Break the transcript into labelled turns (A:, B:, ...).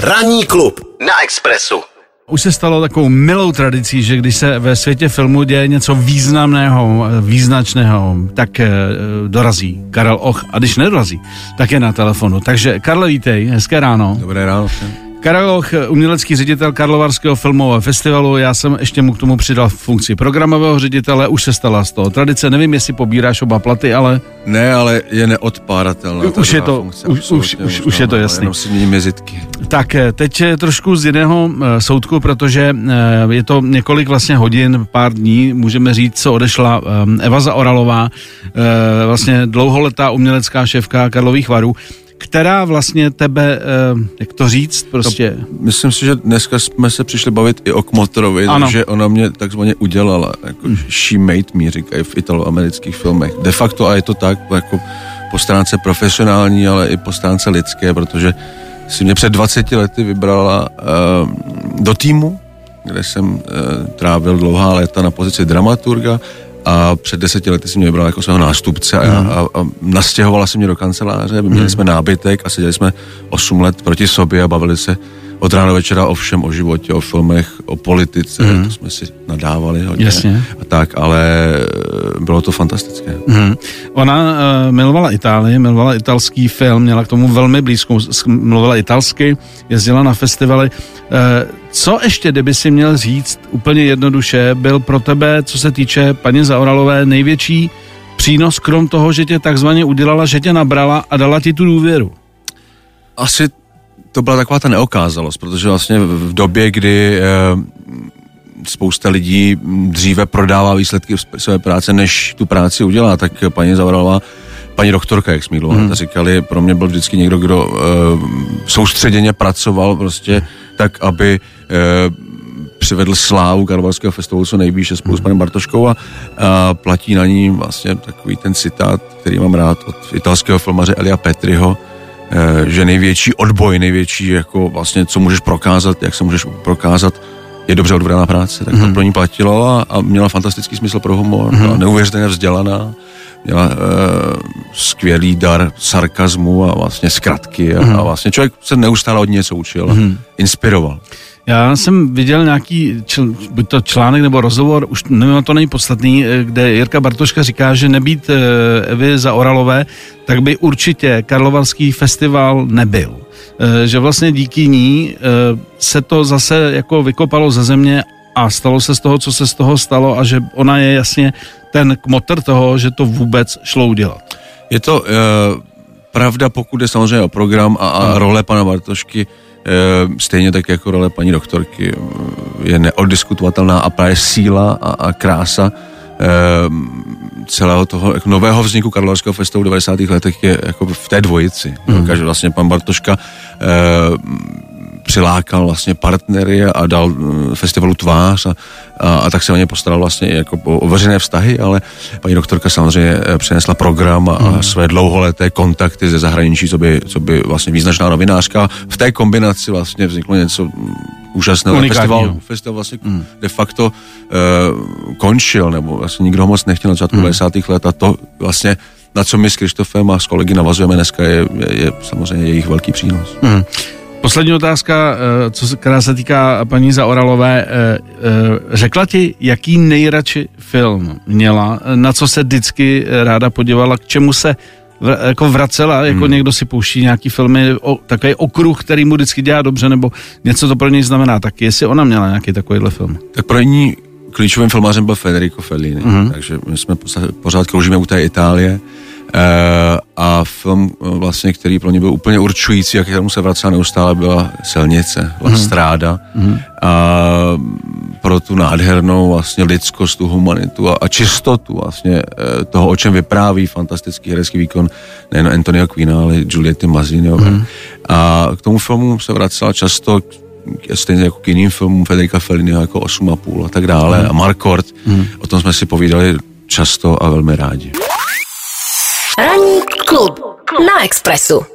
A: Ranní klub na Expressu.
B: Už se stalo takovou milou tradicí, že když se ve světě filmu děje něco významného, význačného, tak dorazí Karel Och, a když nedorazí, tak je na telefonu. Takže Karle, vítej, hezké ráno.
C: Dobré ráno.
B: Karel Och, umělecký ředitel Karlovarského filmového festivalu, já jsem ještě mu k tomu přidal funkci programového ředitele, už se stala z toho tradice, nevím, jestli pobíráš oba platy, ale...
C: Ne, ale je neodpáratelná.
B: Už je to, už je to jasný.
C: Jenom si mění mezitky.
B: Tak, teď trošku z jiného soudku, protože je to několik vlastně hodin, pár dní, můžeme říct, co odešla Eva Zaoralová, vlastně dlouholetá umělecká šéfka Karlových Varů, která vlastně tebe, jak to říct, prostě...
C: No, myslím si, že dneska jsme se přišli bavit i o Kmotorovi, takže ona mě takzvaně udělala, jako she made me, říkají v italoamerických filmech. De facto, a je to tak, jako po stránce profesionální, ale i po stránce lidské, protože si mě před 20 lety vybrala do týmu, kde jsem trávil dlouhá léta na pozici dramaturga, a před 10 lety si mě vybral jako svého nástupce a nastěhovala se mě do kanceláře, měli jsme nábytek a seděli jsme 8 let proti sobě a bavili se od rána do večera o všem, o životě, o filmech, o politice, to jsme si nadávali hodně.
B: Jasně.
C: A tak, ale bylo to fantastické.
B: Ona milovala Itálii, milovala italský film, měla k tomu velmi blízkou, mluvila italsky, jezdila na festivaly. Co ještě, kdyby si měl říct úplně jednoduše, byl pro tebe, co se týče paní Zaoralové, největší přínos, krom toho, že tě takzvaně udělala, že tě nabrala a dala ti tu důvěru?
C: Asi to byla taková ta neokázalost, protože vlastně v době, kdy spousta lidí dříve prodává výsledky své práce, než tu práci udělá, tak paní Zaoralová, paní doktorka, jak Smídlová, ta říkali, pro mě byl vždycky někdo, kdo soustředěně pracoval prostě tak, aby přivedl slávu Karlovarského festivalu co nejvýše spolu s panem Bartoškou a platí na ní vlastně takový ten citát, který mám rád od italského filmaře Elia Petriho, že největší odboj, největší jako vlastně, co můžeš prokázat, jak se můžeš prokázat, je dobře odvedená práce, tak to pro ní platilo a měla fantastický smysl pro humor, byla neuvěřitelně vzdělaná, měla skvělý dar sarkazmu a vlastně zkratky a vlastně člověk se neustále od něco učil, inspiroval. Já
B: jsem viděl nějaký, buď to článek nebo rozhovor, už nevím, to není podstatný, kde Jirka Bartoška říká, že nebýt Evy Zaoralové, tak by určitě Karlovarský festival nebyl. Že vlastně díky ní se to zase jako vykopalo ze země a stalo se z toho, co se z toho stalo a že ona je jasně ten kmotr toho, že to vůbec šlo udělat.
C: Je to pravda, pokud je samozřejmě o program a role pana Bartošky, stejně tak jako role paní doktorky je neoddiskutovatelná a právě síla a krása celého toho jako nového vzniku Karlovarského festivalu v 90. letech je jako v té dvojici. Takže vlastně pan Bartoška přilákal vlastně partnery a dal festivalu tvář a tak se o ně postaral vlastně jako o veřejné vztahy, ale paní doktorka samozřejmě přinesla program a své dlouholeté kontakty ze zahraničí, co by vlastně význačná novinářka. V té kombinaci vlastně vzniklo něco úžasného. Festival vlastně de facto končil, nebo vlastně nikdo ho moc nechtěl na začátku 90. let a to vlastně, na co my s Krištofem a s kolegy navazujeme dneska, je samozřejmě jejich velký přínos.
B: Poslední otázka, která se týká paní Zaoralové. Řekla ti, jaký nejradši film měla, na co se vždycky ráda podívala, k čemu se jako vracela, jako někdo si pouští nějaký filmy, takový okruh, který mu vždycky dělá dobře, nebo něco to pro něj znamená. Tak jestli ona měla nějaký takovýhle film?
C: Tak pro ní klíčovým filmařem byl Federico Fellini, takže my jsme pořád kroužíme u té Itálie. A film vlastně, který pro ně byl úplně určující, a kterému se vracela neustále, byla Silnice, La Strada. A pro tu nádhernou vlastně lidskost, tu humanitu a čistotu vlastně toho, o čem vypráví fantastický herecký výkon nejen Antonio Quina, ale Giulietta Mazziniové. A k tomu filmu se vracela často stejně jako k jiným filmům Federica Felliniho, jako 8,5 a tak dále. A Markort, o tom jsme si povídali často a velmi rádi.
D: Ranní klub na Expressu.